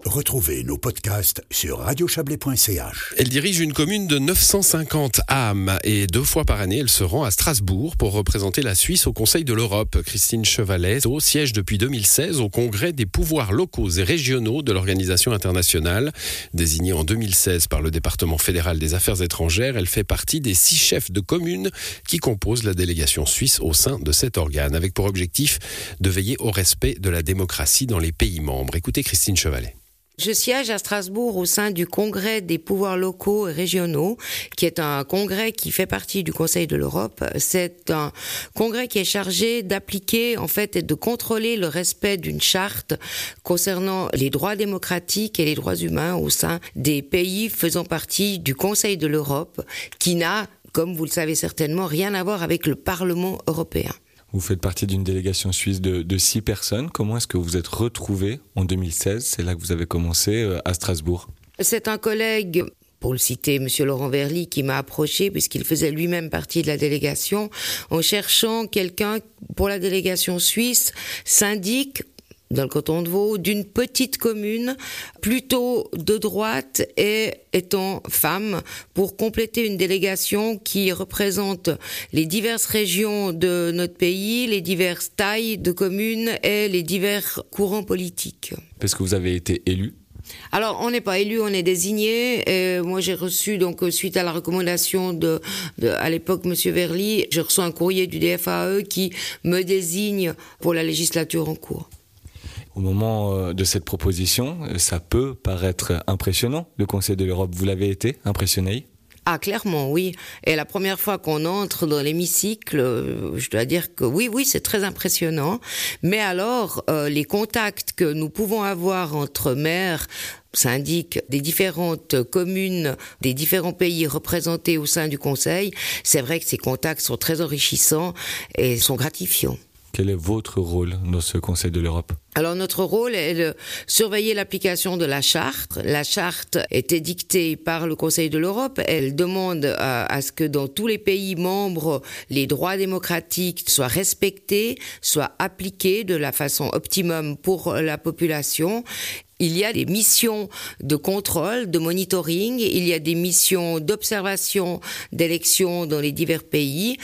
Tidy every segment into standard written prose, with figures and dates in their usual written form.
Retrouvez nos podcasts sur radiochablais.ch. Elle dirige une commune de 950 âmes et 2 fois par année, elle se rend à Strasbourg pour représenter la Suisse au Conseil de l'Europe. Christine Chevalet siège depuis 2016 au Congrès des pouvoirs locaux et régionaux de l'Organisation internationale. Désignée en 2016 par le département fédéral des affaires étrangères, elle fait partie des 6 chefs de communes qui composent la délégation suisse au sein de cet organe, avec pour objectif de veiller au respect de la démocratie dans les pays membres. Écoutez Christine Chevalet. Je siège à Strasbourg au sein du Congrès des pouvoirs locaux et régionaux, qui est un congrès qui fait partie du Conseil de l'Europe. C'est un congrès qui est chargé d'appliquer, en fait, et de contrôler le respect d'une charte concernant les droits démocratiques et les droits humains au sein des pays faisant partie du Conseil de l'Europe, qui n'a, comme vous le savez certainement, rien à voir avec le Parlement européen. Vous faites partie d'une délégation suisse de 6 personnes. Comment est-ce que vous êtes retrouvés en 2016 ? C'est là que vous avez commencé à Strasbourg. C'est un collègue, pour le citer, M. Laurent Verly, qui m'a approché, puisqu'il faisait lui-même partie de la délégation, en cherchant quelqu'un pour la délégation suisse, syndic, dans le canton de Vaud, d'une petite commune, plutôt de droite et étant femme, pour compléter une délégation qui représente les diverses régions de notre pays, les diverses tailles de communes et les divers courants politiques. Parce que vous avez été élu ? Alors, on n'est pas élu, on est désigné. Et moi, j'ai reçu, donc, suite à la recommandation de à l'époque, M. Verly, j'ai reçu un courrier du DFAE qui me désigne pour la législature en cours. Au moment de cette proposition, ça peut paraître impressionnant. Le Conseil de l'Europe, vous l'avez été impressionné ? Ah, clairement, oui. Et la première fois qu'on entre dans l'hémicycle, je dois dire que oui, c'est très impressionnant. Mais alors, les contacts que nous pouvons avoir entre maires, syndics des différentes communes, des différents pays représentés au sein du Conseil, c'est vrai que ces contacts sont très enrichissants et sont gratifiants. Quel est votre rôle dans ce Conseil de l'Europe ? Alors notre rôle est de surveiller l'application de la charte. La charte est édictée par le Conseil de l'Europe. Elle demande à ce que dans tous les pays membres, les droits démocratiques soient respectés, soient appliqués de la façon optimum pour la population. Il y a des missions de contrôle, de monitoring, il y a des missions d'observation d'élections dans les divers pays.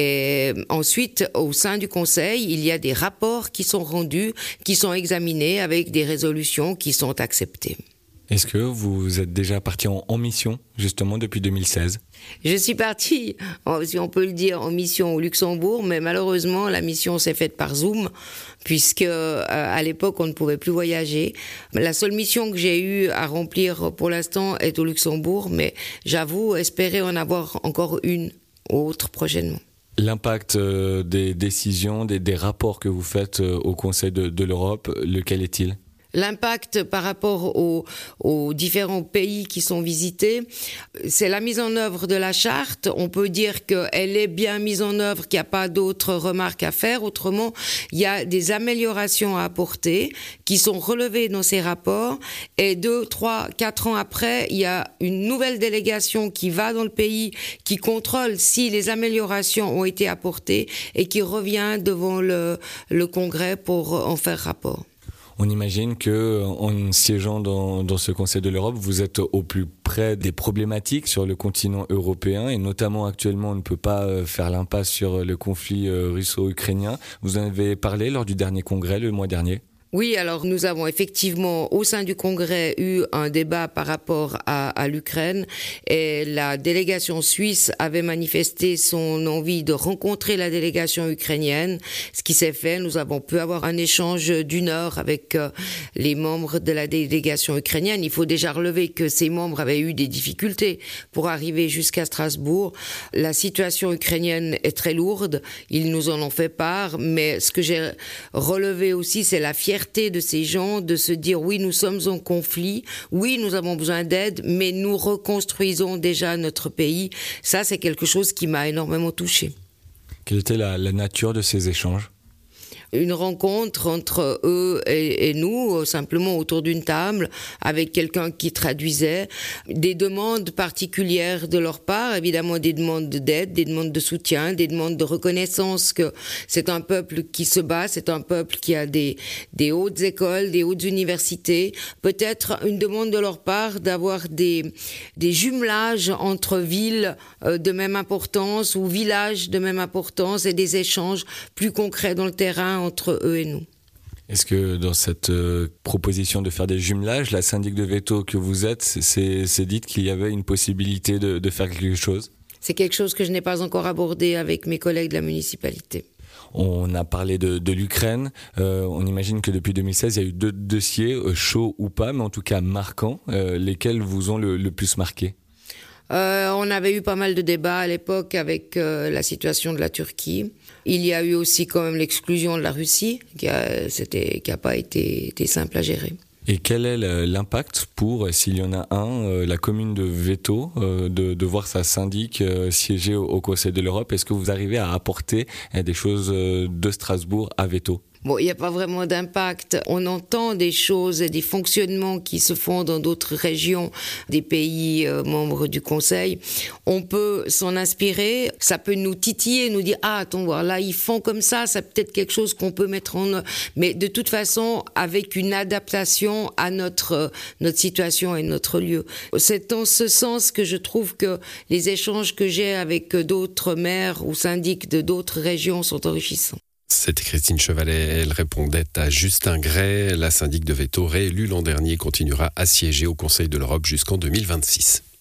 Et ensuite, au sein du Conseil, il y a des rapports qui sont rendus, qui sont examinés avec des résolutions qui sont acceptées. Est-ce que vous êtes déjà parti en mission, justement, depuis 2016 ? Je suis partie, si on peut le dire, en mission au Luxembourg, mais malheureusement, la mission s'est faite par Zoom, puisque à l'époque, on ne pouvait plus voyager. La seule mission que j'ai eue à remplir pour l'instant est au Luxembourg, mais j'avoue espérer en avoir encore une autre prochainement. L'impact des décisions, des rapports que vous faites au Conseil de l'Europe, lequel est-il ? L'impact par rapport aux différents pays qui sont visités, c'est la mise en œuvre de la charte. On peut dire qu'elle est bien mise en œuvre, qu'il n'y a pas d'autres remarques à faire. Autrement, il y a des améliorations à apporter qui sont relevées dans ces rapports. Et 2, 3, 4 ans après, il y a une nouvelle délégation qui va dans le pays, qui contrôle si les améliorations ont été apportées et qui revient devant le Congrès pour en faire rapport. On imagine qu'en siégeant dans ce Conseil de l'Europe, vous êtes au plus près des problématiques sur le continent européen et notamment actuellement on ne peut pas faire l'impasse sur le conflit russo-ukrainien. Vous en avez parlé lors du dernier congrès le mois dernier ? Oui, alors nous avons effectivement au sein du Congrès eu un débat par rapport à l'Ukraine et la délégation suisse avait manifesté son envie de rencontrer la délégation ukrainienne. Ce qui s'est fait, nous avons pu avoir un échange d'1 heure avec les membres de la délégation ukrainienne. Il faut déjà relever que ces membres avaient eu des difficultés pour arriver jusqu'à Strasbourg. La situation ukrainienne est très lourde, ils nous en ont fait part, mais ce que j'ai relevé aussi, c'est la fierté de ces gens de se dire oui, nous sommes en conflit, oui, nous avons besoin d'aide, mais nous reconstruisons déjà notre pays. Ça, c'est quelque chose qui m'a énormément touchée. Quelle était la nature de ces échanges ? une rencontre entre eux et nous, simplement autour d'une table, avec quelqu'un qui traduisait, des demandes particulières de leur part, évidemment des demandes d'aide, des demandes de soutien, des demandes de reconnaissance que c'est un peuple qui se bat, c'est un peuple qui a des hautes écoles, des hautes universités, peut-être une demande de leur part d'avoir des jumelages entre villes de même importance ou villages de même importance et des échanges plus concrets dans le terrain entre eux et nous. Est-ce que dans cette proposition de faire des jumelages, la syndic de veto que vous êtes, c'est dit qu'il y avait une possibilité de faire quelque chose ? C'est quelque chose que je n'ai pas encore abordé avec mes collègues de la municipalité. On a parlé de l'Ukraine. On imagine que depuis 2016, il y a eu 2 dossiers, chauds ou pas, mais en tout cas marquants. Lesquels vous ont le plus marqué ? On avait eu pas mal de débats à l'époque avec la situation de la Turquie. Il y a eu aussi quand même l'exclusion de la Russie, qui a pas été simple à gérer. Et quel est l'impact pour, s'il y en a un, la commune de Veto, de voir sa syndic siéger au Conseil de l'Europe ? Est-ce que vous arrivez à apporter des choses de Strasbourg à Veto ? Bon, il n'y a pas vraiment d'impact. On entend des choses et des fonctionnements qui se font dans d'autres régions des pays membres du Conseil. On peut s'en inspirer. Ça peut nous titiller, nous dire « Ah, attends, voir là, ils font comme ça, c'est peut-être quelque chose qu'on peut mettre en œuvre. » Mais de toute façon, avec une adaptation à notre situation et notre lieu. C'est dans ce sens que je trouve que les échanges que j'ai avec d'autres maires ou syndics de d'autres régions sont enrichissants. C'était Christine Chevalet, elle répondait à Justin Gray. La syndic de Veto, réélue l'an dernier, continuera à siéger au Conseil de l'Europe jusqu'en 2026.